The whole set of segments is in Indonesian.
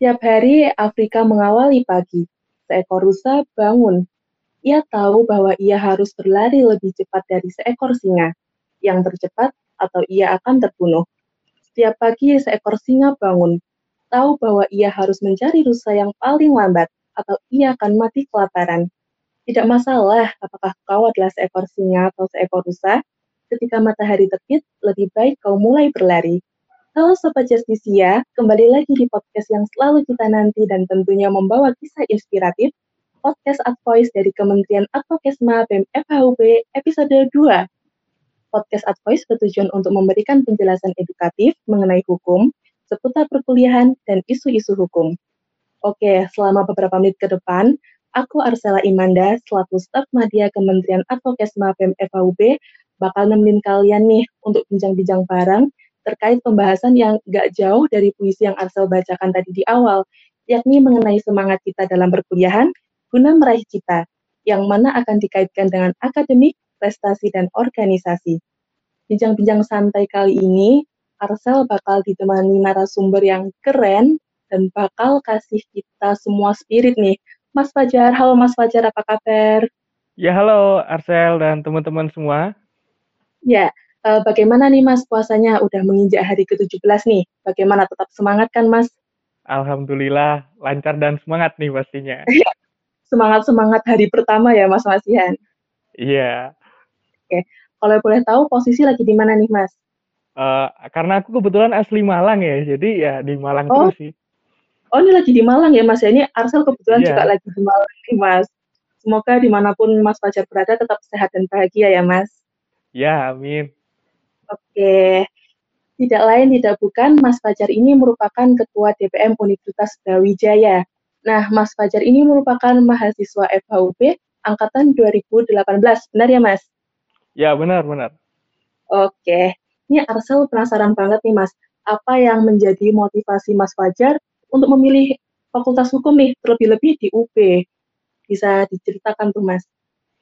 Tiap hari Afrika mengawali pagi. Seekor rusa bangun. Ia tahu bahwa ia harus berlari lebih cepat dari seekor singa. Yang tercepat atau ia akan terbunuh. Setiap pagi seekor singa bangun. Tahu bahwa ia harus mencari rusa yang paling lambat atau ia akan mati kelaparan. Tidak masalah apakah kau adalah seekor singa atau seekor rusa. Ketika matahari terbit, lebih baik kau mulai berlari. Halo Sobat Justisia, kembali lagi di podcast yang selalu kita nanti dan tentunya membawa kisah inspiratif, podcast Advoice dari Kementerian Advokesma BEM FHUB episode 2. Podcast Advoice bertujuan untuk memberikan penjelasan edukatif mengenai hukum, seputar perkuliahan, dan isu-isu hukum. Oke, selama beberapa menit ke depan, aku Arsela Imanda, selaku staf media Kementerian Advokesma BEM FHUB, bakal nemenin kalian nih untuk bincang-bincang bareng terkait pembahasan yang gak jauh dari puisi yang Arsel bacakan tadi di awal, yakni mengenai semangat kita dalam perkuliahan guna meraih cita, yang mana akan dikaitkan dengan akademik, prestasi, dan organisasi. Bincang-bincang santai kali ini, Arsel bakal ditemani narasumber yang keren dan bakal kasih kita semua spirit nih. Mas Fajar, halo Mas Fajar, apa kabar? Ya, halo Arsel dan teman-teman semua. Ya, bagaimana nih Mas puasanya? Udah menginjak hari ke-17 nih. Bagaimana, tetap semangat kan Mas? Alhamdulillah lancar dan semangat nih pastinya. Semangat-semangat hari pertama ya Mas Masihan. Iya, Oke, kalau boleh tahu posisi lagi di mana nih Mas? karena aku kebetulan asli Malang ya, jadi ya di Malang Oh, terus sih. oh ini lagi di Malang ya Mas ya? Ini Arsel kebetulan juga Iya, lagi di Malang nih Mas. Semoga dimanapun Mas Fajar berada tetap sehat dan bahagia ya Mas. ya amin. Oke, tidak lain tidak bukan Mas Fajar ini merupakan Ketua DPM Universitas Brawijaya. Nah, Mas Fajar ini merupakan mahasiswa FHUB angkatan 2018, benar ya Mas? Ya benar-benar. Oke, ini Arsel penasaran banget nih Mas, apa yang menjadi motivasi Mas Fajar untuk memilih Fakultas Hukum nih, terlebih-lebih di UB? Bisa diceritakan tuh Mas?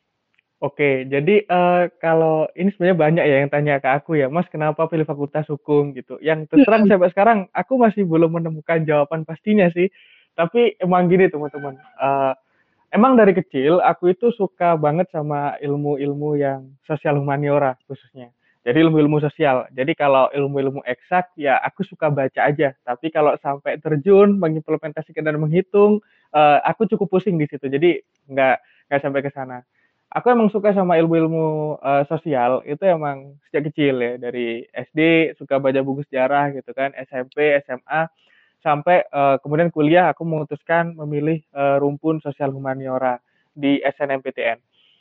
Oke, jadi kalau ini sebenarnya banyak ya yang tanya ke aku ya, Mas kenapa pilih Fakultas Hukum gitu. Yang terus terang Hmm, sampai sekarang aku masih belum menemukan jawaban pastinya sih. Tapi emang gini teman-teman, emang dari kecil aku itu suka banget sama ilmu-ilmu yang sosial humaniora khususnya. Jadi ilmu-ilmu sosial. Jadi kalau ilmu-ilmu eksak ya aku suka baca aja. Tapi kalau sampai terjun mengimplementasikan dan menghitung, aku cukup pusing di situ. Jadi nggak sampai ke sana. Aku emang suka sama ilmu-ilmu sosial itu emang sejak kecil ya, dari SD suka baca buku sejarah gitu kan, SMP, SMA sampai kemudian kuliah aku memutuskan memilih rumpun sosial humaniora di SNMPTN.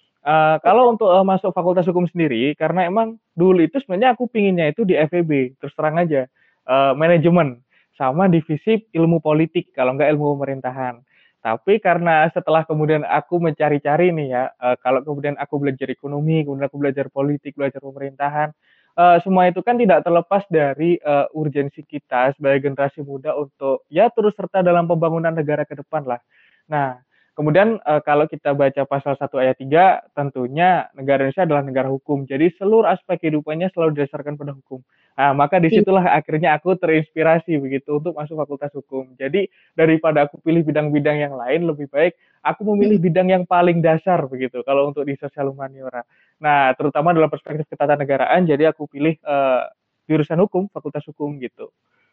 Kalau untuk masuk Fakultas Hukum sendiri, karena emang dulu itu sebenarnya aku pinginnya itu di FEB, terus terang aja, manajemen sama divisi ilmu politik, kalau enggak ilmu pemerintahan. Tapi karena setelah kemudian aku mencari-cari nih ya, kalau kemudian aku belajar ekonomi, kemudian aku belajar politik, belajar pemerintahan, semua itu kan tidak terlepas dari urgensi kita sebagai generasi muda untuk ya terus serta dalam pembangunan negara ke depan lah. Nah, kemudian kalau kita baca pasal 1 ayat 3, tentunya negara Indonesia adalah negara hukum. Jadi seluruh aspek kehidupannya selalu didasarkan pada hukum. Nah, maka iya. disitulah akhirnya aku terinspirasi begitu untuk masuk Fakultas Hukum. Jadi daripada aku pilih bidang-bidang yang lain, lebih baik aku memilih bidang yang paling dasar begitu. Kalau untuk di sosial humaniora. Nah, terutama dalam perspektif ketatanegaraan, jadi aku pilih jurusan hukum, Fakultas Hukum gitu.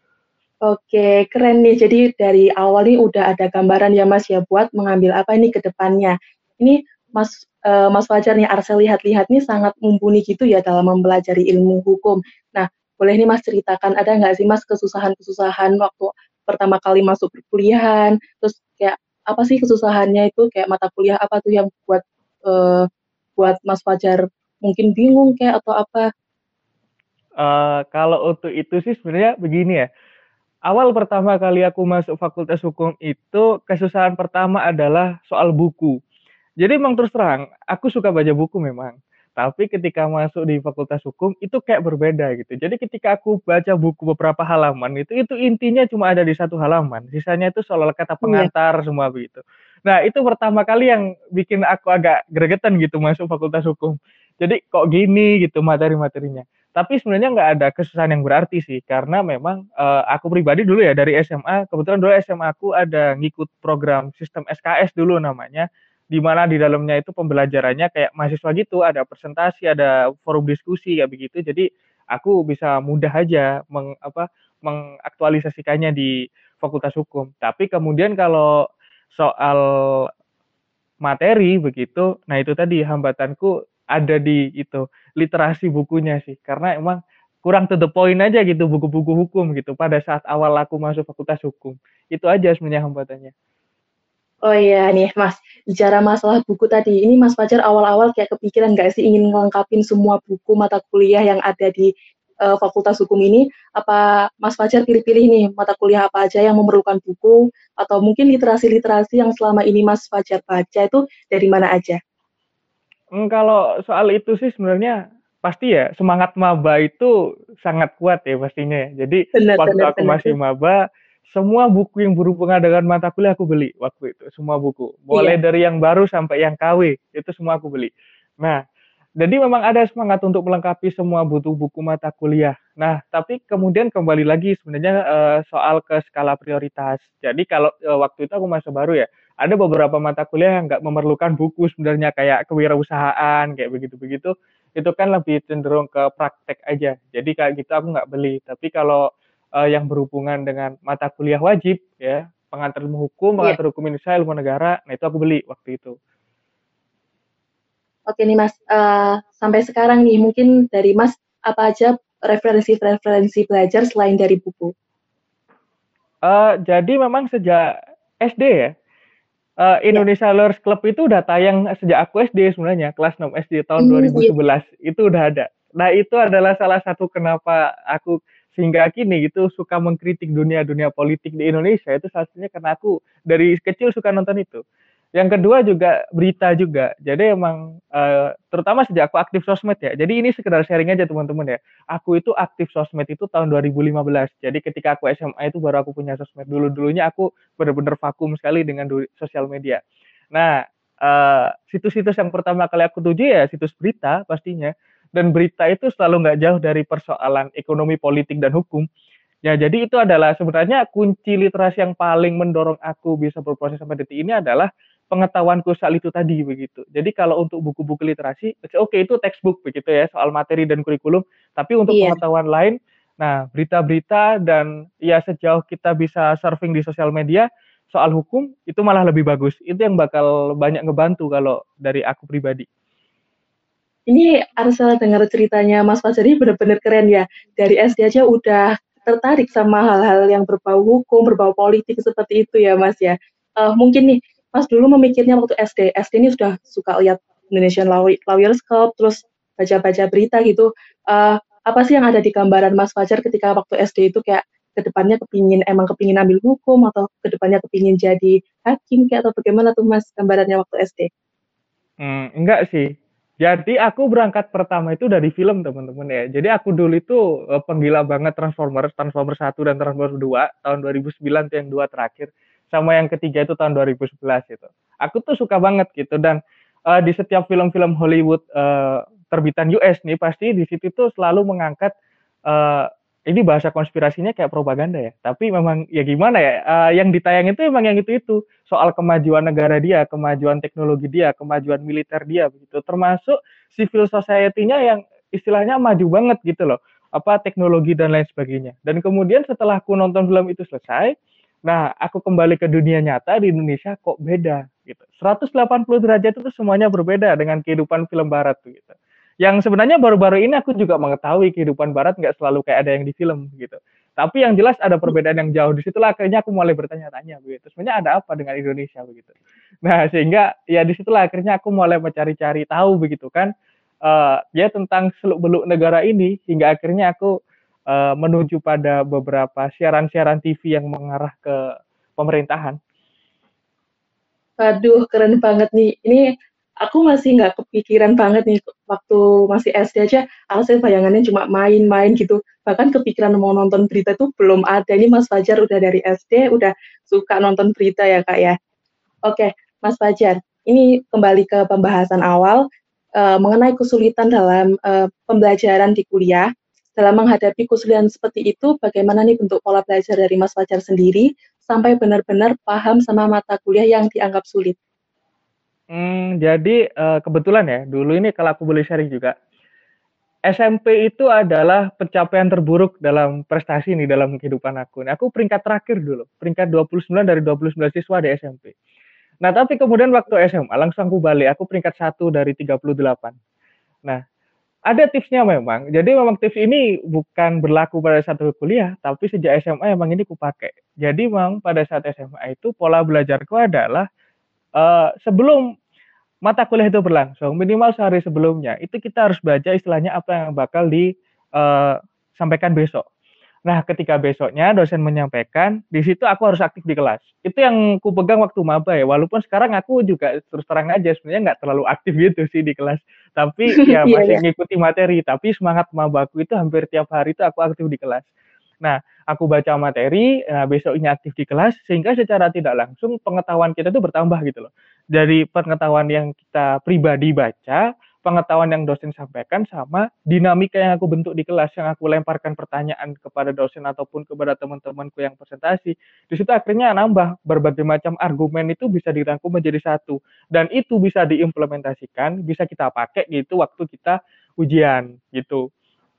Oke, keren nih. Jadi dari awal nih udah ada gambaran ya Mas ya buat mengambil apa ini ke depannya. Ini Mas Fajar nih Arsel lihat-lihat nih sangat mumpuni gitu ya dalam mempelajari ilmu hukum. Nah, boleh nih Mas ceritakan ada nggak sih Mas kesusahan-kesusahan waktu pertama kali masuk perkuliahan? Terus kayak apa sih kesusahannya itu kayak mata kuliah apa tuh yang eh, buat Mas Fajar mungkin bingung kayak atau apa? Kalau untuk itu sih sebenarnya begini ya. Awal pertama kali aku masuk Fakultas Hukum itu kesusahan pertama adalah soal buku. Jadi emang terus terang, aku suka baca buku memang. Tapi ketika masuk di Fakultas Hukum itu kayak berbeda gitu. Jadi ketika aku baca buku beberapa halaman itu intinya cuma ada di satu halaman. Sisanya itu soal kata Iya. pengantar semua begitu. Nah, itu pertama kali yang bikin aku agak gregetan gitu masuk Fakultas Hukum. Jadi kok gini gitu materi-materinya. Tapi sebenarnya nggak ada kesusahan yang berarti sih, karena memang aku pribadi dulu ya dari SMA, kebetulan dulu SMA aku ada ngikut program sistem SKS dulu namanya, di mana di dalamnya itu pembelajarannya kayak mahasiswa gitu, ada presentasi, ada forum diskusi kayak begitu. Jadi aku bisa mudah aja mengaktualisasikannya di Fakultas Hukum. Tapi kemudian kalau soal materi begitu, nah itu tadi hambatanku ada di itu, literasi bukunya sih. Karena emang kurang to the point aja gitu buku-buku hukum gitu pada saat awal aku masuk Fakultas Hukum. Itu aja sebenarnya hambatannya. Oh iya nih Mas, bicara masalah buku tadi, ini Mas Fajar awal-awal kayak kepikiran nggak sih ingin ngelengkapin semua buku mata kuliah yang ada di Fakultas Hukum ini? Apa Mas Fajar pilih-pilih nih mata kuliah apa aja yang memerlukan buku, atau mungkin literasi-literasi yang selama ini Mas Fajar baca itu dari mana aja? Kalau soal itu sih sebenarnya pasti ya semangat maba itu sangat kuat ya pastinya ya. Jadi Benar waktu benar aku benar. masih maba, semua buku yang berhubungan dengan mata kuliah aku beli waktu itu, semua buku. Mulai Iya, dari yang baru sampai yang KW, itu semua aku beli. Nah, jadi memang ada semangat untuk melengkapi semua buku-buku mata kuliah. Nah, tapi kemudian kembali lagi sebenarnya soal ke skala prioritas. Jadi kalau waktu itu aku masih baru ya, ada beberapa mata kuliah yang nggak memerlukan buku sebenarnya kayak kewirausahaan kayak begitu-begitu itu kan lebih cenderung ke praktek aja jadi kayak gitu aku nggak beli tapi kalau yang berhubungan dengan mata kuliah wajib ya iya. pengantar hukum Indonesia ilmu negara nah itu aku beli waktu itu. Oke nih Mas, sampai sekarang nih mungkin dari Mas apa aja referensi-referensi belajar selain dari buku? Jadi memang sejak SD ya Iya. Indonesia Lawyers Club itu udah tayang sejak aku SD sebenarnya, kelas 6 SD tahun Iya. 2011 itu udah ada. Nah itu adalah salah satu kenapa aku sehingga kini gitu suka mengkritik dunia politik di Indonesia itu salah satunya karena aku dari kecil suka nonton itu. Yang kedua juga berita juga. Jadi emang terutama sejak aku aktif sosmed ya. Jadi ini sekedar sharing aja teman-teman ya. Aku itu aktif sosmed itu tahun 2015. Jadi ketika aku SMA itu baru aku punya sosmed. Dulu-dulunya aku benar-benar vakum sekali dengan sosial media. Nah, situs-situs yang pertama kali aku tuju ya situs berita pastinya. Dan berita itu selalu nggak jauh dari persoalan ekonomi, politik, dan hukum. Ya, jadi itu adalah sebenarnya kunci literasi yang paling mendorong aku bisa berproses sampai detik ini adalah pengetahuanku soal itu tadi begitu. Jadi kalau untuk buku-buku literasi, oke itu textbook begitu ya soal materi dan kurikulum. Tapi untuk Iya. pengetahuan lain, nah berita-berita dan ya sejauh kita bisa surfing di sosial media soal hukum itu malah lebih bagus. Itu yang bakal banyak ngebantu kalau dari aku pribadi. Ini Arsel dengar ceritanya Mas Fajar ini benar-benar keren ya. Dari SD aja udah tertarik sama hal-hal yang berbau hukum, berbau politik seperti itu ya Mas ya. Mungkin nih Mas dulu memikirnya waktu SD, SD ini sudah suka lihat Indonesian Lawyers Club, terus baca-baca berita gitu. Apa sih yang ada di gambaran Mas Fajar ketika waktu SD itu kayak kedepannya kepingin ambil hukum atau kedepannya kepingin jadi hakim kayak atau bagaimana tuh Mas gambarannya waktu SD? Enggak sih. Jadi aku berangkat pertama itu dari film teman-teman ya. Jadi aku dulu itu penggila banget Transformers, Transformers 1 dan Transformers 2 tahun 2009 tuh yang dua terakhir. Sama yang ketiga itu tahun 2011 itu. Aku tuh suka banget gitu dan di setiap film-film Hollywood terbitan US nih pasti di situ tuh selalu mengangkat eh, ini bahasa konspirasinya kayak propaganda ya. Tapi memang ya gimana ya, yang ditayang itu emang yang itu soal kemajuan negara dia, kemajuan teknologi dia, kemajuan militer dia begitu. Termasuk civil society-nya yang istilahnya maju banget gitu loh. Apa teknologi dan lain sebagainya. Dan kemudian setelah aku nonton film itu selesai, nah aku kembali ke dunia nyata di Indonesia kok beda gitu. 180 derajat itu semuanya berbeda dengan kehidupan film barat gitu. Yang sebenarnya baru-baru ini aku juga mengetahui kehidupan barat nggak selalu kayak ada yang di film gitu. Tapi yang jelas ada perbedaan yang jauh. Disitulah akhirnya aku mulai bertanya-tanya begitu. Sebenarnya ada apa dengan Indonesia begitu. Nah sehingga ya disitulah akhirnya aku mulai mencari-cari tahu begitu kan. Ya tentang seluk-beluk negara ini hingga akhirnya aku menuju pada beberapa siaran-siaran TV yang mengarah ke pemerintahan. Waduh, keren banget nih. Ini aku masih nggak kepikiran banget nih waktu masih SD aja, saya bayangannya cuma main-main gitu. Bahkan kepikiran mau nonton berita itu belum ada. Ini Mas Fajar udah dari SD, udah suka nonton berita ya Kak ya. Oke, Mas Fajar, ini kembali ke pembahasan awal mengenai kesulitan dalam pembelajaran di kuliah. dalam menghadapi kesulitan seperti itu, bagaimana nih bentuk pola belajar dari Mas Fajar sendiri sampai benar-benar paham sama mata kuliah yang dianggap sulit? Jadi kebetulan ya, dulu ini kalau aku boleh sharing juga, SMP itu adalah pencapaian terburuk dalam prestasi nih dalam kehidupan aku. Nah, aku peringkat terakhir dulu, peringkat 29 dari 29 siswa di SMP. Nah, tapi kemudian waktu SMA langsung aku balik, aku peringkat 1 dari 38. Nah, ada tipsnya memang. Jadi memang tips ini bukan berlaku pada satu kuliah, tapi sejak SMA emang ini kupakai. Jadi memang pada saat SMA itu pola belajarku adalah sebelum mata kuliah itu berlangsung, minimal sehari sebelumnya, itu kita harus baca istilahnya apa yang bakal disampaikan besok. Nah, ketika besoknya dosen menyampaikan, di situ aku harus aktif di kelas. Itu yang ku pegang waktu maba ya, walaupun sekarang aku juga terus terang aja sebenarnya nggak terlalu aktif gitu sih di kelas. Tapi ya Iya, masih ya. ngikuti materi, tapi semangat mabaku itu hampir tiap hari itu aku aktif di kelas. Nah, aku baca materi, nah besoknya aktif di kelas, sehingga secara tidak langsung pengetahuan kita itu bertambah gitu loh. Dari pengetahuan yang kita pribadi baca, pengetahuan yang dosen sampaikan sama dinamika yang aku bentuk di kelas, yang aku lemparkan pertanyaan kepada dosen ataupun kepada teman-temanku yang presentasi. Di situ akhirnya nambah berbagai macam argumen itu bisa dirangkum menjadi satu dan itu bisa diimplementasikan, bisa kita pakai gitu waktu kita ujian gitu.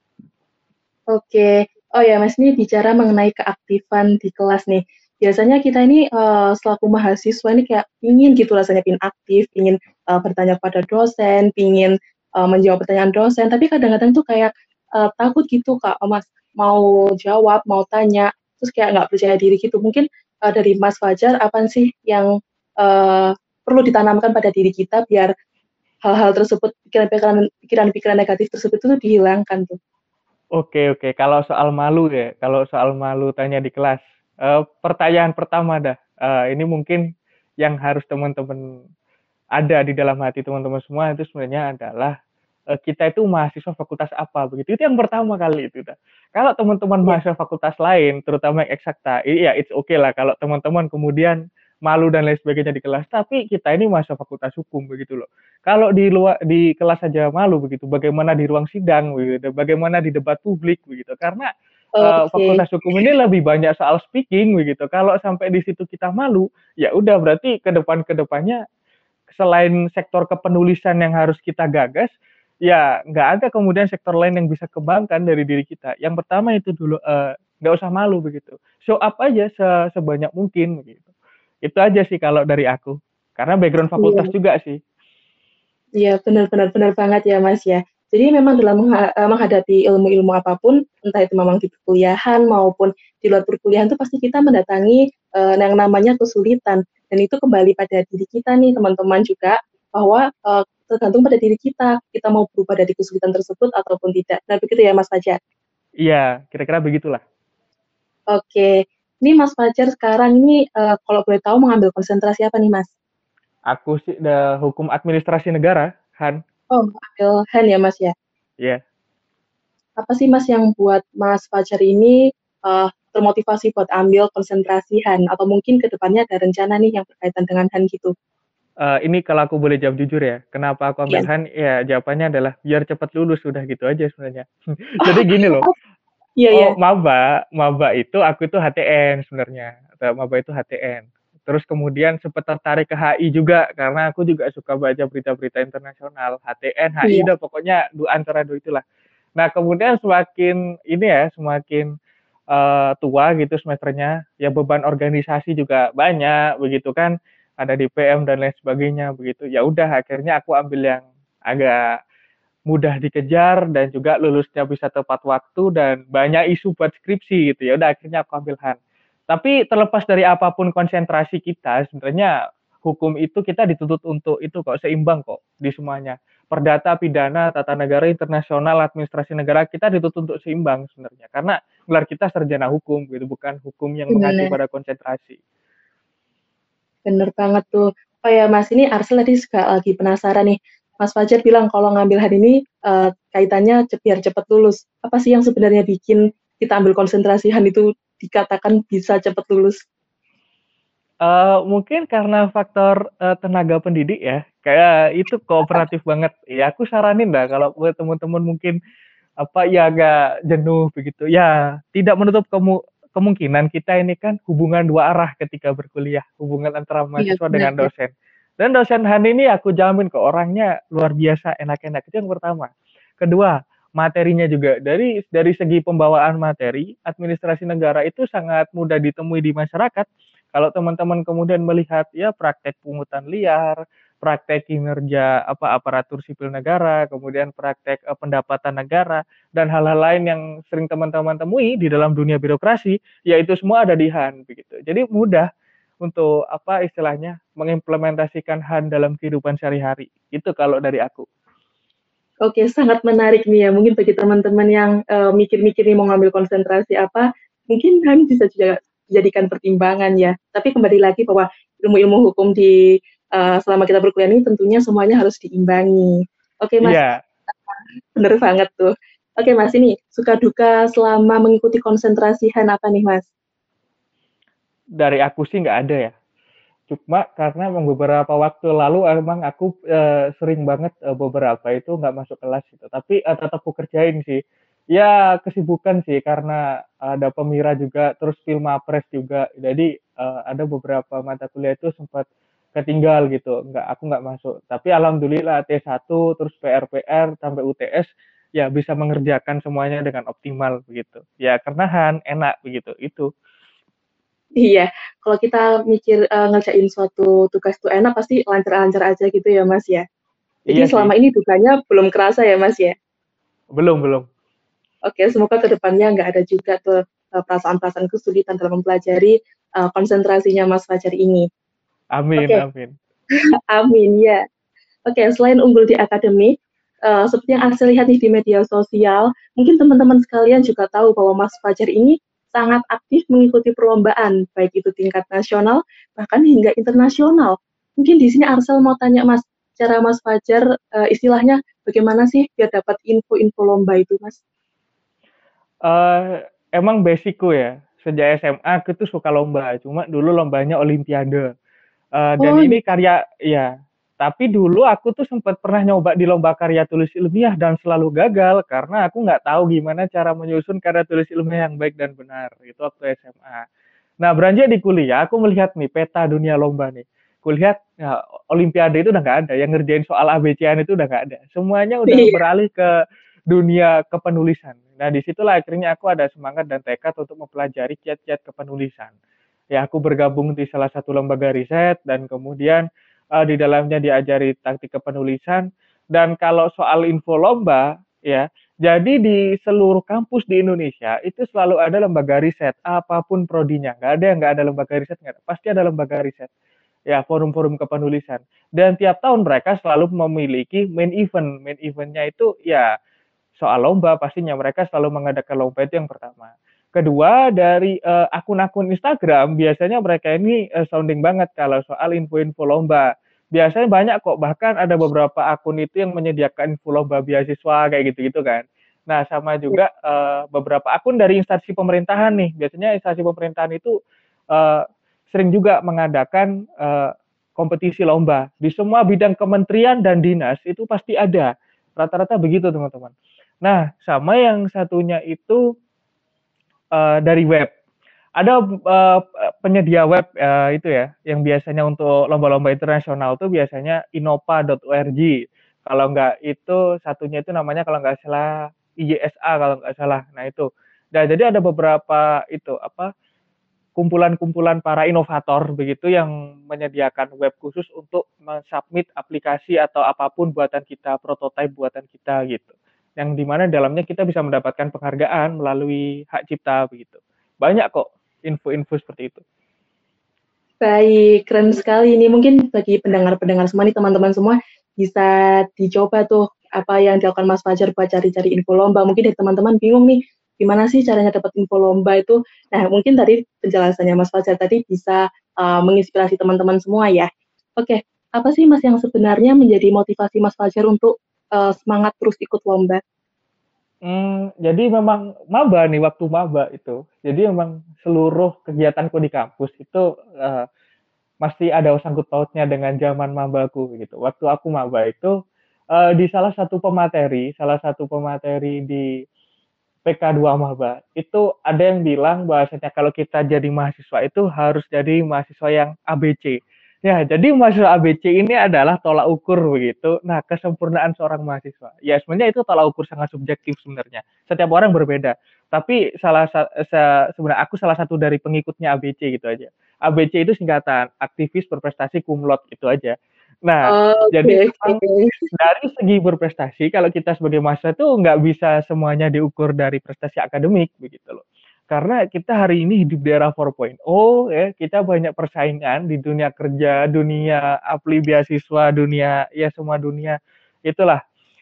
Oke. Oh ya, Mas, ini bicara mengenai keaktifan di kelas nih. Biasanya kita ini selaku mahasiswa ini kayak ingin gitu rasanya pingin aktif, ingin bertanya kepada dosen, ingin menjawab pertanyaan dosen, tapi kadang-kadang tuh kayak takut gitu Kak, oh, Mas, mau jawab, mau tanya, terus kayak nggak percaya diri gitu. Mungkin dari Mas Fajar apa sih yang perlu ditanamkan pada diri kita biar hal-hal tersebut, pikiran-pikiran negatif tersebut itu dihilangkan tuh? Oke, oke. Kalau soal malu ya, kalau soal malu tanya di kelas, pertanyaan pertama dah, ini mungkin yang harus teman-teman ada di dalam hati teman-teman semua itu sebenarnya adalah kita itu mahasiswa fakultas apa begitu. Itu yang pertama kali itu dah. Kalau teman-teman Iya. mahasiswa fakultas lain, terutama yang eksakta, iya it's okay lah kalau teman-teman kemudian malu dan lain sebagainya di kelas. Tapi kita ini mahasiswa fakultas hukum begitu loh. Kalau di luar di kelas saja malu begitu, bagaimana di ruang sidang begitu, bagaimana di debat publik begitu. Karena Oke. fakultas hukum ini lebih banyak soal speaking begitu. Kalau sampai di situ kita malu, ya udah berarti ke depannya selain sektor kepenulisan yang harus kita gagas, ya nggak ada kemudian sektor lain yang bisa kembangkan dari diri kita. Yang pertama itu dulu nggak usah malu begitu, show up aja sebanyak mungkin begitu. Itu aja sih kalau dari aku, karena background fakultas Iya. juga sih. Iya, benar-benar benar banget ya, Mas, ya. Jadi memang dalam menghadapi ilmu-ilmu apapun, entah itu memang di perkuliahan maupun di luar perkuliahan itu pasti kita mendatangi, yang namanya kesulitan. Dan itu kembali pada diri kita nih, teman-teman juga, bahwa, tergantung pada diri kita mau berubah dari kesulitan tersebut ataupun tidak. Nah, begitu ya, Mas Fajar? Iya, kira-kira begitulah. Oke. Ini Mas Fajar sekarang ini, kalau boleh tahu mengambil konsentrasi apa nih, Mas? Aku sih hukum administrasi negara, Han. Oh, ambil HAN ya, Mas, ya? Ya. Apa sih Mas yang buat Mas Fajar ini termotivasi buat ambil konsentrasi HAN? Atau mungkin ke depannya ada rencana nih yang berkaitan dengan HAN gitu? Ini kalau aku boleh jawab jujur ya, kenapa aku ambil Iya. Han? Ya jawabannya adalah biar cepat lulus, udah gitu aja sebenarnya. Jadi Oh, gini loh, oh, iya, iya. oh maba itu aku itu HTN sebenarnya, atau maba itu HTN. Terus kemudian sempat tertarik ke HI juga karena aku juga suka baca berita-berita internasional, HTN, HI, Iya, udah pokoknya antara dua itulah. Nah kemudian semakin ini ya, semakin tua gitu semesternya, ya beban organisasi juga banyak begitu kan, ada DPM dan lain sebagainya begitu. Ya udah akhirnya aku ambil yang agak mudah dikejar dan juga lulusnya bisa tepat waktu dan banyak isu buat skripsi gitu. Ya udah akhirnya aku ambil Han. Tapi terlepas dari apapun konsentrasi kita, sebenarnya hukum itu kita dituntut untuk itu kok seimbang kok di semuanya. Perdata, pidana, tata negara, internasional, administrasi negara kita dituntut untuk seimbang sebenarnya. Karena gelar kita sarjana hukum gitu, bukan hukum yang mengacu benar. pada konsentrasi. Bener banget tuh. Oh ya Mas, ini Arsel tadi juga lagi penasaran nih. Mas Fajar bilang kalau ngambil hari ini kaitannya biar cepat lulus. Apa sih yang sebenarnya bikin kita ambil konsentrasi HAN itu dikatakan bisa cepat lulus? Mungkin karena faktor, tenaga pendidik ya, kayak itu kooperatif banget. Ya aku saranin dah kalau buat teman-teman mungkin apa ya agak jenuh begitu. Ya, tidak menutup kemungkinan kita ini kan hubungan dua arah ketika berkuliah, hubungan antara Iya, mahasiswa benar dengan ya. dosen. Dan dosen Han ini aku jamin kok orangnya luar biasa enak-enak. Itu yang pertama. Kedua, materinya juga dari segi pembawaan materi, administrasi negara itu sangat mudah ditemui di masyarakat. Kalau teman-teman kemudian melihat ya praktek pungutan liar, praktek kinerja aparatur sipil negara, kemudian praktek pendapatan negara dan hal-hal lain yang sering teman-teman temui di dalam dunia birokrasi, ya itu semua ada di HAN begitu. Jadi mudah untuk apa istilahnya mengimplementasikan HAN dalam kehidupan sehari-hari. Itu kalau dari aku. Oke, sangat menarik nih ya. Mungkin bagi teman-teman yang mikir-mikir nih mau ngambil konsentrasi apa, mungkin kan bisa juga dijadikan pertimbangan ya. Tapi kembali lagi bahwa ilmu-ilmu hukum di selama kita berkuliah ini tentunya semuanya harus diimbangi. Oke, Mas, Iya, bener banget tuh. Oke, Mas, ini suka duka selama mengikuti konsentrasi HAN apa nih, Mas? dari aku sih nggak ada ya. Cuma karena emang beberapa waktu lalu emang aku sering banget beberapa itu nggak masuk kelas gitu. Tapi tetap aku kerjain sih. Ya kesibukan sih karena ada pemira juga, terus film apres juga. Jadi ada beberapa mata kuliah itu sempat ketinggal gitu. Aku nggak masuk. Tapi alhamdulillah T1 terus PR-PR sampai UTS ya bisa mengerjakan semuanya dengan optimal begitu. Ya karena Han enak begitu. Itu. Iya, kalau kita mikir ngerjain suatu tugas tuh enak, pasti lancar-lancar aja gitu ya, Mas ya. Jadi Iya sih. selama ini dukanya belum kerasa ya, Mas ya. Belum, belum. Oke, semoga ke depannya nggak ada juga tuh perasaan-perasaan kesulitan dalam mempelajari konsentrasinya Mas Fajar ini. Amin, Oke, amin. amin ya. Oke, selain unggul di akademik, seperti yang saya lihat nih di media sosial, mungkin teman-teman sekalian juga tahu bahwa Mas Fajar ini sangat aktif mengikuti perlombaan, baik itu tingkat nasional, bahkan hingga internasional. Mungkin di sini Arsel mau tanya Mas, cara Mas Fajar istilahnya bagaimana sih biar dapat info-info lomba itu, Mas? Emang basicku ya, sejak SMA aku tuh suka lomba, cuma dulu lombanya olimpiade. Dan Oh, ini karya ya, tapi dulu aku tuh sempat pernah nyoba di lomba karya tulis ilmiah dan selalu gagal karena aku nggak tahu gimana cara menyusun karya tulis ilmiah yang baik dan benar. Itu waktu SMA. Nah, beranjak di kuliah, aku melihat nih peta dunia lomba nih. Kulihat ya, olimpiade itu udah nggak ada, yang ngerjain soal ABC-an itu udah nggak ada. Semuanya udah iya. beralih ke dunia kepenulisan. Nah, disitulah akhirnya aku ada semangat dan tekad untuk mempelajari kiat-kiat kepenulisan. Ya, aku bergabung di salah satu lembaga riset dan kemudian di dalamnya diajari taktik kepenulisan. Dan kalau soal info lomba, ya, jadi di seluruh kampus di Indonesia itu selalu ada lembaga riset, apapun prodinya. Nggak ada yang nggak ada lembaga riset, nggak ada. Pasti ada lembaga riset. Ya, forum-forum kepenulisan. Dan tiap tahun mereka selalu memiliki main event. Main eventnya itu ya soal lomba pastinya mereka selalu mengadakan lomba itu yang pertama. Kedua dari akun-akun Instagram biasanya mereka ini sounding banget kalau soal info-info lomba. Biasanya banyak kok bahkan ada beberapa akun itu yang menyediakan info lomba beasiswa kayak gitu-gitu kan. Nah sama juga beberapa akun dari instansi pemerintahan nih. Biasanya instansi pemerintahan itu uh, sering juga mengadakan kompetisi lomba di semua bidang kementerian dan dinas itu pasti ada. Rata-rata begitu teman-teman. Nah, sama yang satunya itu dari web. Ada penyedia web itu ya, yang biasanya untuk lomba-lomba internasional tuh biasanya inopa.org. Kalau nggak itu satunya itu namanya kalau nggak salah IJSA kalau nggak salah. Nah itu. Nah, jadi ada beberapa itu apa kumpulan-kumpulan para inovator begitu yang menyediakan web khusus untuk mensubmit aplikasi atau apapun buatan kita, prototipe buatan kita gitu. Yang dimana dalamnya kita bisa mendapatkan penghargaan melalui hak cipta begitu. Banyak kok info-info seperti itu. Baik, keren sekali. Ini mungkin bagi pendengar-pendengar semua nih, teman-teman semua, bisa dicoba tuh apa yang dilakukan Mas Fajar buat cari-cari info lomba. Mungkin dari teman-teman bingung nih, gimana sih caranya dapat info lomba itu. Nah, mungkin dari penjelasannya Mas Fajar tadi bisa menginspirasi teman-teman semua ya. Oke, apa sih Mas yang sebenarnya menjadi motivasi Mas Fajar untuk semangat terus ikut lomba? Jadi memang maba nih waktu maba itu. Jadi memang seluruh kegiatanku di kampus itu masih ada sangkut pautnya dengan zaman mabaku gitu. Waktu aku maba itu di salah satu pemateri di PK2 Maba, itu ada yang bilang bahwasanya kalau kita jadi mahasiswa itu harus jadi mahasiswa yang ABC. Ya, jadi mahasiswa ABC ini adalah tolak ukur begitu. Nah, kesempurnaan seorang mahasiswa. Ya, sebenarnya itu tolak ukur sangat subjektif sebenarnya. Setiap orang berbeda. Tapi sebenarnya aku salah satu dari pengikutnya ABC gitu aja. ABC itu singkatan aktivis berprestasi kumlot itu aja. Nah, Oke, jadi memang oke. dari segi berprestasi, kalau kita sebagai mahasiswa itu nggak bisa semuanya diukur dari prestasi akademik begitu loh. Karena kita hari ini hidup di era 4.0 ya, kita banyak persaingan di dunia kerja, dunia apli beasiswa, dunia ya semua dunia itulah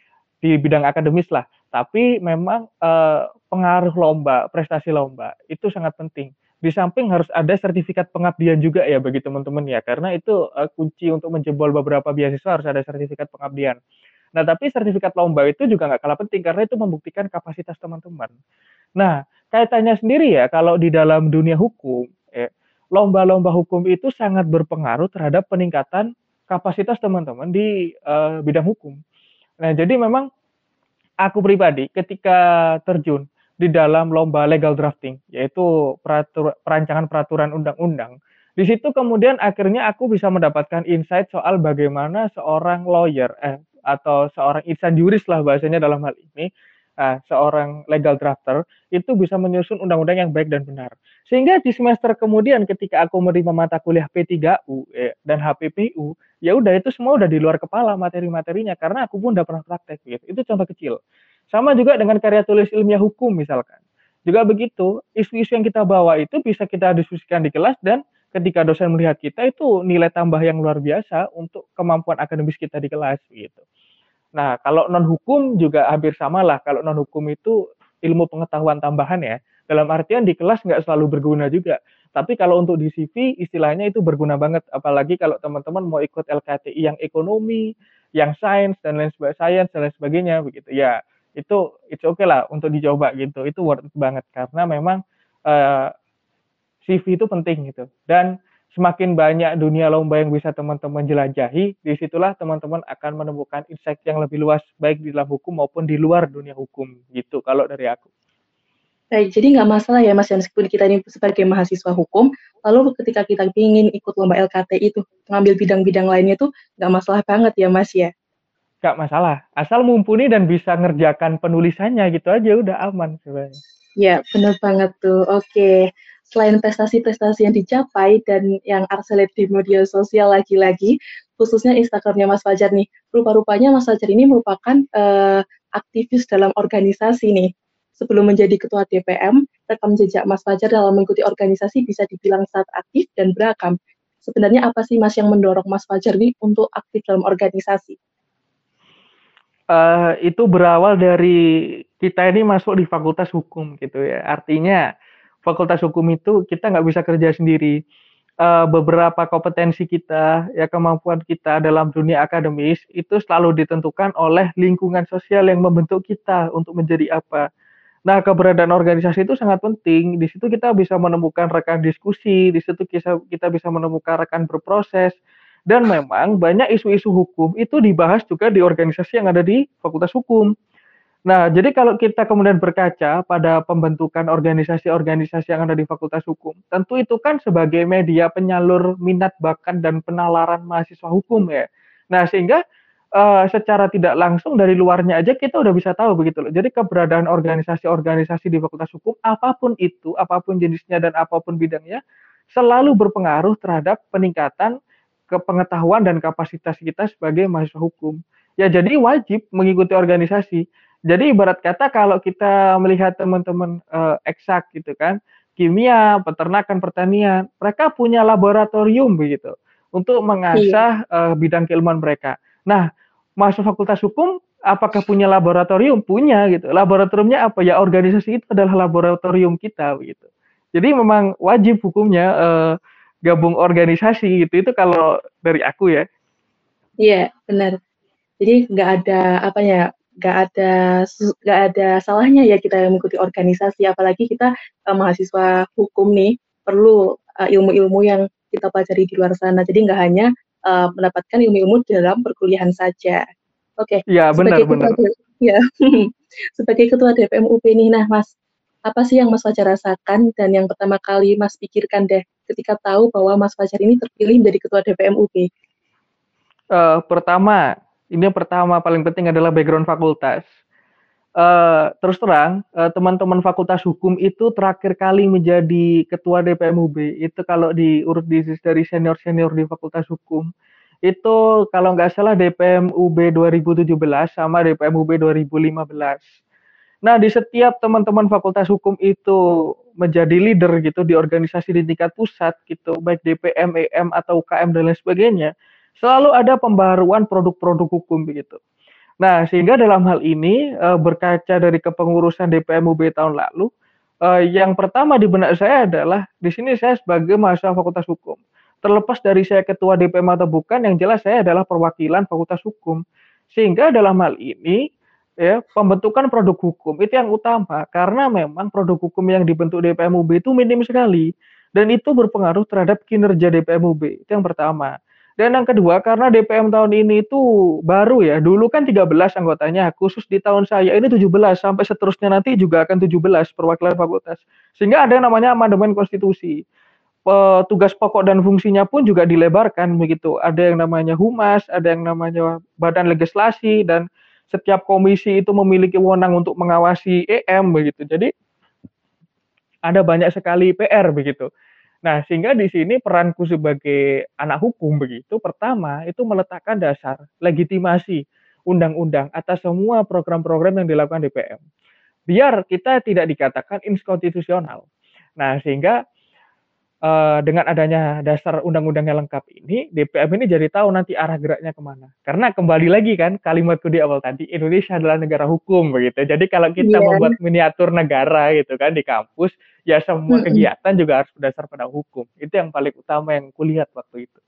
di bidang akademis lah. Tapi memang pengaruh lomba, prestasi lomba itu sangat penting. Di samping harus ada sertifikat pengabdian juga ya bagi teman-teman ya, karena itu kunci untuk menjebol beberapa beasiswa harus ada sertifikat pengabdian. Nah, tapi sertifikat lomba itu juga nggak kalah penting karena itu membuktikan kapasitas teman-teman. Nah, kaitannya sendiri ya, kalau di dalam dunia hukum, lomba-lomba hukum itu sangat berpengaruh terhadap peningkatan kapasitas teman-teman di bidang hukum. Nah, jadi memang aku pribadi ketika terjun di dalam lomba legal drafting, yaitu perancangan peraturan undang-undang, di situ kemudian akhirnya aku bisa mendapatkan insight soal bagaimana seorang lawyer atau seorang insan juris lah bahasanya dalam hal ini, seorang legal drafter itu bisa menyusun undang-undang yang baik dan benar. Sehingga di semester kemudian ketika aku menerima mata kuliah P3U dan HPPU, ya udah itu semua udah di luar kepala materi-materinya karena aku pun udah pernah praktek gitu. Itu contoh kecil. Sama juga dengan karya tulis ilmiah hukum misalkan. Juga begitu, isu-isu yang kita bawa itu bisa kita diskusikan di kelas dan ketika dosen melihat kita itu nilai tambah yang luar biasa untuk kemampuan akademis kita di kelas gitu. Nah, kalau non hukum juga hampir sama lah. Kalau non hukum itu ilmu pengetahuan tambahan ya. Dalam artian di kelas nggak selalu berguna juga. Tapi kalau untuk di CV istilahnya itu berguna banget. Apalagi kalau teman-teman mau ikut LKTI yang ekonomi, yang sains dan lain sebagainya begitu. Ya, itu it's okay lah untuk dicoba gitu. Itu worth it banget karena memang eh, CV itu penting gitu. Dan semakin banyak dunia lomba yang bisa teman-teman jelajahi, disitulah teman-teman akan menemukan insight yang lebih luas, baik di dalam hukum maupun di luar dunia hukum, gitu kalau dari aku. Baik, jadi nggak masalah ya Mas, ya, meskipun kita ini sebagai mahasiswa hukum, lalu ketika kita ingin ikut lomba LKTI itu, mengambil bidang-bidang lainnya tuh nggak masalah banget ya Mas ya? Gak masalah, asal mumpuni dan bisa ngerjakan penulisannya gitu aja udah aman sebenarnya. Ya, benar banget tuh. Oke, selain prestasi-prestasi yang dicapai dan yang arseleb di media sosial lagi-lagi, khususnya Instagramnya Mas Fajar nih, rupa-rupanya Mas Fajar ini merupakan aktivis dalam organisasi nih. Sebelum menjadi ketua DPM, rekam jejak Mas Fajar dalam mengikuti organisasi bisa dibilang sangat aktif dan beragam. Sebenarnya apa sih Mas yang mendorong Mas Fajar nih untuk aktif dalam organisasi? Itu berawal dari kita ini masuk di fakultas hukum gitu ya. Artinya fakultas hukum itu kita nggak bisa kerja sendiri. Beberapa kompetensi kita, ya kemampuan kita dalam dunia akademis itu selalu ditentukan oleh lingkungan sosial yang membentuk kita untuk menjadi apa. Nah, keberadaan organisasi itu sangat penting. Di situ kita bisa menemukan rekan diskusi, di situ kita bisa menemukan rekan berproses, dan memang banyak isu-isu hukum itu dibahas juga di organisasi yang ada di Fakultas Hukum. Nah, jadi kalau kita kemudian berkaca pada pembentukan organisasi-organisasi yang ada di Fakultas Hukum, tentu itu kan sebagai media penyalur minat bakat dan penalaran mahasiswa hukum ya. Nah, sehingga secara tidak langsung dari luarnya aja kita udah bisa tahu begitu loh. Jadi keberadaan organisasi-organisasi di Fakultas Hukum apapun itu, apapun jenisnya dan apapun bidangnya, selalu berpengaruh terhadap peningkatan kepengetahuan dan kapasitas kita sebagai mahasiswa hukum. Ya, jadi wajib mengikuti organisasi. Jadi ibarat kata kalau kita melihat teman-teman eksak gitu kan, kimia, peternakan, pertanian, mereka punya laboratorium begitu untuk Iya. mengasah bidang keilmuan mereka. Nah, masuk fakultas hukum apakah punya laboratorium? Punya gitu. Laboratoriumnya apa? Ya organisasi itu adalah laboratorium kita begitu. Jadi memang wajib hukumnya gabung organisasi gitu. Itu kalau dari aku ya. Iya, benar. Jadi nggak ada apa ya, nggak ada salahnya ya kita mengikuti organisasi, apalagi kita mahasiswa hukum nih perlu ilmu-ilmu yang kita pelajari di luar sana. Jadi nggak hanya mendapatkan ilmu-ilmu dalam perkuliahan saja. Oke, Iya, sebagai ketua benar-benar. ya, sebagai ketua DPM UB nih, nah Mas, apa sih yang Mas Fajar rasakan dan yang pertama kali Mas pikirkan deh ketika tahu bahwa Mas Fajar ini terpilih menjadi ketua DPM UB? Pertama, ini yang pertama paling penting adalah background fakultas. Terus terang, teman-teman fakultas hukum itu terakhir kali menjadi ketua DPM UB, itu kalau diurut dari senior-senior di fakultas hukum, itu kalau nggak salah DPM UB 2017 sama DPM UB 2015. Nah, di setiap teman-teman fakultas hukum itu menjadi leader gitu di organisasi di tingkat pusat gitu, baik DPM, EM atau UKM dan lain sebagainya, selalu ada pembaharuan produk-produk hukum begitu. Nah, sehingga dalam hal ini berkaca dari kepengurusan DPM UB tahun lalu, yang pertama di benak saya adalah di sini saya sebagai mahasiswa Fakultas Hukum. Terlepas dari saya ketua DPM atau bukan, yang jelas saya adalah perwakilan Fakultas Hukum. Sehingga dalam hal ini ya pembentukan produk hukum itu yang utama karena memang produk hukum yang dibentuk DPM UB itu minim sekali dan itu berpengaruh terhadap kinerja DPM UB. Itu yang pertama. Dan yang kedua, karena DPM tahun ini itu baru ya, dulu kan 13 anggotanya, khusus di tahun saya ini 17, sampai seterusnya nanti juga akan 17 perwakilan fakultas. Sehingga ada yang namanya amandemen konstitusi. Tugas pokok dan fungsinya pun juga dilebarkan begitu. Ada yang namanya humas, ada yang namanya badan legislasi, dan setiap komisi itu memiliki wewenang untuk mengawasi EM begitu. Jadi ada banyak sekali PR begitu. Nah, sehingga di sini peranku sebagai anak hukum begitu, pertama itu meletakkan dasar legitimasi undang-undang atas semua program-program yang dilakukan DPM. Biar kita tidak dikatakan inskonstitusional. Nah, sehingga dengan adanya dasar undang-undang yang lengkap ini, DPM ini jadi tahu nanti arah geraknya kemana. Karena kembali lagi kan kalimatku di awal tadi, Indonesia adalah negara hukum begitu. Jadi kalau kita Iya, membuat miniatur negara gitu kan di kampus, ya semua mhm. kegiatan juga harus berdasar pada hukum. Itu yang paling utama yang kulihat waktu itu.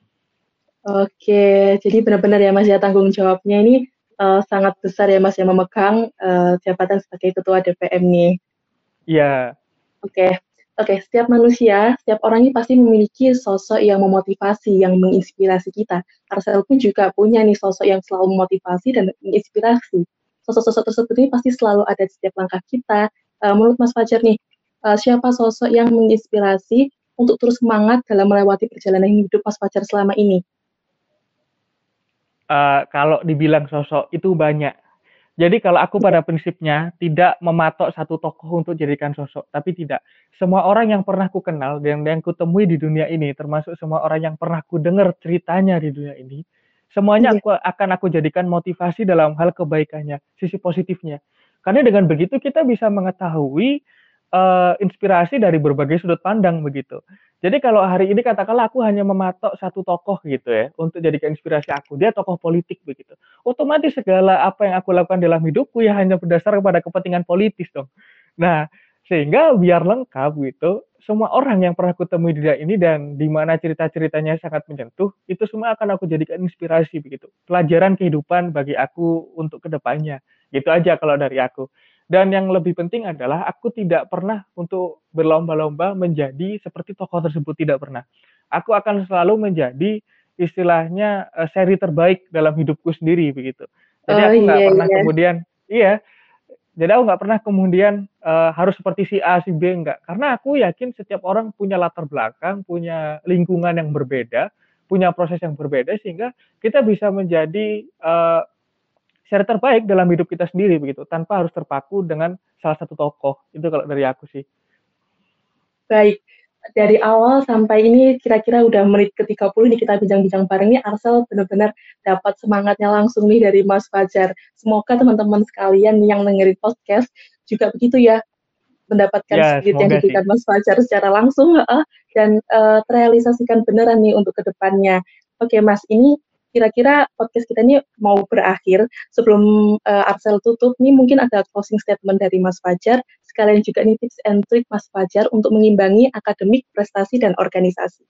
Oke, jadi benar-benar ya Mas ya tanggung jawabnya ini sangat besar ya Mas yang memegang jabatan sebagai ketua DPM nih. Iya, Oke, oke. Setiap manusia, setiap orang ini pasti memiliki sosok yang memotivasi, yang menginspirasi kita. Arcel pun juga punya nih sosok yang selalu memotivasi dan menginspirasi. Sosok-sosok tersebut ini pasti selalu ada di setiap langkah kita. Menurut Mas Fajar nih, siapa sosok yang menginspirasi untuk terus semangat dalam melewati perjalanan hidup Mas Fajar selama ini? kalau dibilang sosok itu banyak. Jadi kalau aku pada prinsipnya tidak mematok satu tokoh untuk jadikan sosok, tapi tidak. Semua orang yang pernah ku kenal dan yang kutemui di dunia ini, termasuk semua orang yang pernah ku dengar ceritanya di dunia ini, semuanya Iya, aku jadikan motivasi dalam hal kebaikannya, sisi positifnya. Karena dengan begitu kita bisa mengetahui inspirasi dari berbagai sudut pandang begitu. Jadi kalau hari ini katakanlah aku hanya mematok satu tokoh gitu ya untuk jadikan inspirasi aku, dia tokoh politik begitu, otomatis segala apa yang aku lakukan dalam hidupku ya hanya berdasar kepada kepentingan politis dong. Nah, sehingga biar lengkap gitu, semua orang yang pernah kutemui di dunia ini dan di mana cerita-ceritanya sangat menyentuh, itu semua akan aku jadikan inspirasi begitu. Pelajaran kehidupan bagi aku untuk kedepannya. Gitu aja kalau dari aku. Dan yang lebih penting adalah aku tidak pernah untuk berlomba-lomba menjadi seperti tokoh tersebut, tidak pernah. Aku akan selalu menjadi istilahnya seri terbaik dalam hidupku sendiri begitu. Jadi oh aku nggak iya pernah iya. kemudian iya, jadi aku nggak pernah kemudian harus seperti si A, si B enggak. Karena aku yakin setiap orang punya latar belakang, punya lingkungan yang berbeda, punya proses yang berbeda sehingga kita bisa menjadi seri terbaik dalam hidup kita sendiri begitu, tanpa harus terpaku dengan salah satu tokoh. Itu kalau dari aku sih. Baik, dari awal sampai ini kira-kira udah menit ke 30 nih kita bincang-bincang bareng nih, Arsel benar-benar dapat semangatnya langsung nih dari Mas Fajar. Semoga teman-teman sekalian yang dengerin podcast juga begitu ya, mendapatkan Ya, spirit yang semoga sih. diberikan Mas Fajar secara langsung, dan terrealisasikan beneran nih untuk kedepannya. Oke Mas, ini kira-kira podcast kita ini mau berakhir. Sebelum Arsel tutup, nih mungkin ada closing statement dari Mas Fajar, sekalian juga nih tips and trick Mas Fajar untuk mengimbangi akademik, prestasi, dan organisasi.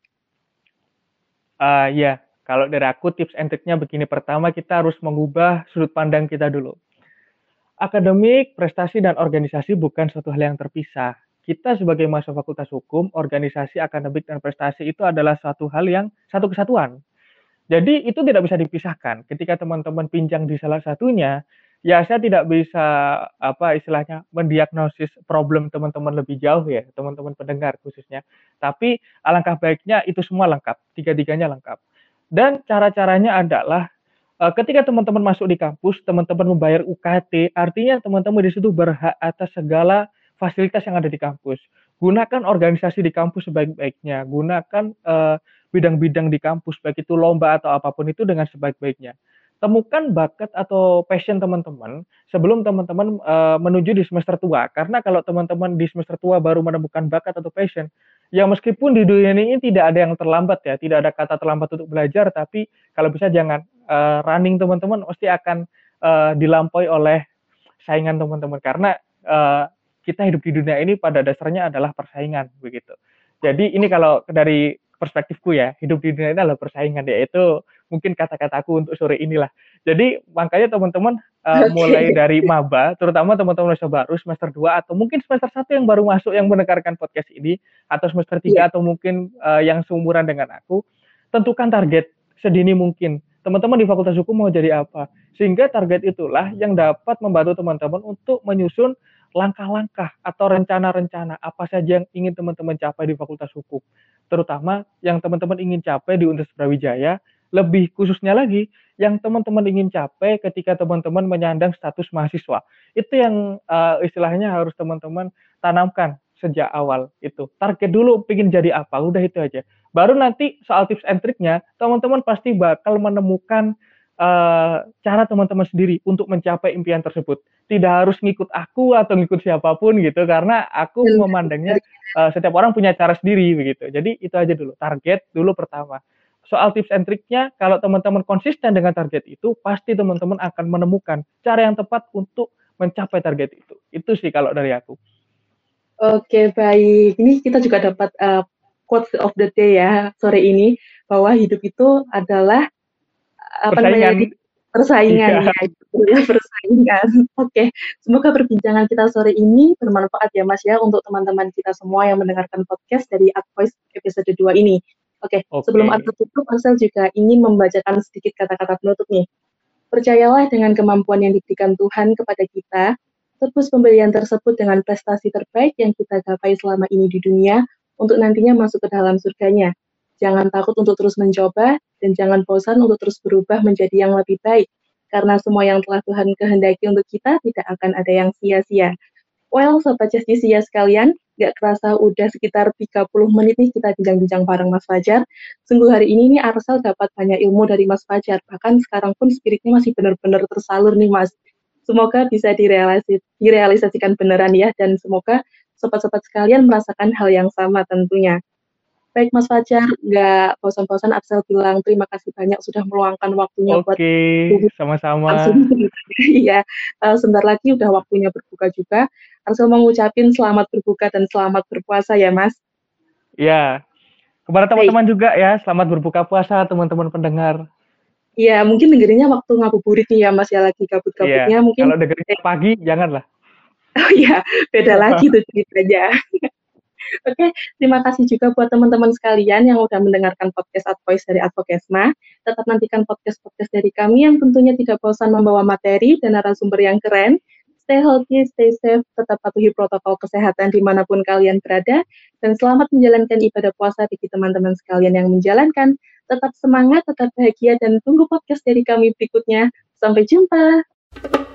Ya, kalau dari aku tips and triknya begini. Pertama kita harus mengubah sudut pandang kita dulu. Akademik, prestasi, dan organisasi bukan suatu hal yang terpisah. Kita sebagai mahasiswa Fakultas Hukum, organisasi, akademik, dan prestasi itu adalah suatu hal yang satu kesatuan. Jadi itu tidak bisa dipisahkan. Ketika teman-teman pincang di salah satunya, ya saya tidak bisa apa istilahnya mendiagnosis problem teman-teman lebih jauh ya, teman-teman pendengar khususnya. Tapi alangkah baiknya itu semua lengkap, tiga-tiganya lengkap. Dan cara-caranya adalah ketika teman-teman masuk di kampus, teman-teman membayar UKT, artinya teman-teman di situ berhak atas segala fasilitas yang ada di kampus. Gunakan organisasi di kampus sebaik-baiknya, gunakan bidang-bidang di kampus, baik itu lomba atau apapun itu dengan sebaik-baiknya. Temukan bakat atau passion teman-teman sebelum teman-teman menuju di semester tua. Karena kalau teman-teman di semester tua baru menemukan bakat atau passion, ya meskipun di dunia ini tidak ada yang terlambat ya, tidak ada kata terlambat untuk belajar, tapi kalau bisa jangan running teman-teman pasti akan dilampaui oleh saingan teman-teman karena kita hidup di dunia ini pada dasarnya adalah persaingan begitu. Jadi ini kalau dari perspektifku ya, hidup di dunia ini adalah persaingan, yaitu mungkin kata-kataku untuk sore inilah. Jadi makanya teman-teman mulai Oke. dari maba, terutama teman-teman mahasiswa baru semester 2 atau mungkin semester 1 yang baru masuk yang mendengarkan podcast ini, atau semester Iya, 3 atau mungkin yang seumuran dengan aku, tentukan target sedini mungkin. Teman-teman di Fakultas Hukum mau jadi apa? Sehingga target itulah yang dapat membantu teman-teman untuk menyusun langkah-langkah atau rencana-rencana apa saja yang ingin teman-teman capai di Fakultas Hukum. Terutama yang teman-teman ingin capai di Universitas Brawijaya, lebih khususnya lagi yang teman-teman ingin capai ketika teman-teman menyandang status mahasiswa. Itu yang istilahnya harus teman-teman tanamkan sejak awal itu. Target dulu ingin jadi apa, udah itu aja. Baru nanti soal tips and triknya, teman-teman pasti bakal menemukan cara teman-teman sendiri untuk mencapai impian tersebut. Tidak harus ngikut aku atau ngikut siapapun gitu, karena aku memandangnya benar. setiap orang punya cara sendiri begitu. Jadi itu aja dulu, target dulu pertama. Soal tips and triknya, kalau teman-teman konsisten dengan target itu, pasti teman-teman akan menemukan cara yang tepat untuk mencapai target itu. Itu sih kalau dari aku. Oke, baik. Ini kita juga dapat quotes of the day ya sore ini, bahwa hidup itu adalah apa namanya tadi, Persaingan, persaingan iya. ya, itulah persaingan. Oke, semoga perbincangan kita sore ini bermanfaat ya Mas ya untuk teman-teman kita semua yang mendengarkan podcast dari Advoice episode 2 ini. Oke, sebelum Oke. aku tutup, Marcel juga ingin membacakan sedikit kata-kata penutup nih. Percayalah dengan kemampuan yang diberikan Tuhan kepada kita, tebus pemberian tersebut dengan prestasi terbaik yang kita capai selama ini di dunia untuk nantinya masuk ke dalam surganya. Jangan takut untuk terus mencoba dan jangan bosan untuk terus berubah menjadi yang lebih baik. Karena semua yang telah Tuhan kehendaki untuk kita tidak akan ada yang sia-sia. Well, Sobat Justisia sekalian, nggak kerasa udah sekitar 30 menit nih kita bincang-bincang bareng Mas Fajar. Sungguh hari ini nih Arsal dapat banyak ilmu dari Mas Fajar, bahkan sekarang pun spiritnya masih benar-benar tersalur nih Mas. Semoga bisa direalisasikan beneran ya, dan semoga sobat-sobat sekalian merasakan hal yang sama tentunya. Baik Mas Fajar, nggak bosan-bosan Arsal bilang terima kasih banyak sudah meluangkan waktunya buat Oke, langsung sama-sama. iya, sebentar lagi udah waktunya berbuka juga. Langsung mau ngucapin selamat berbuka dan selamat berpuasa ya, Mas. Ya, kepada Baik, teman-teman juga ya, selamat berbuka puasa teman-teman pendengar. iya mungkin dengerinnya waktu ngabuburit nih ya, Mas, ya lagi Iya, gabut-gabutnya mungkin kalau dengerinnya pagi janganlah. oh iya, beda lagi tuh ceritanya. Oke, terima kasih juga buat teman-teman sekalian yang udah mendengarkan podcast Advoice dari Advokesma. Tetap nantikan podcast-podcast dari kami yang tentunya tidak bosan membawa materi dan narasumber yang keren. Stay healthy, stay safe, tetap patuhi protokol kesehatan dimanapun kalian berada, dan selamat menjalankan ibadah puasa bagi teman-teman sekalian yang menjalankan. Tetap semangat, tetap bahagia, dan tunggu podcast dari kami berikutnya. Sampai jumpa!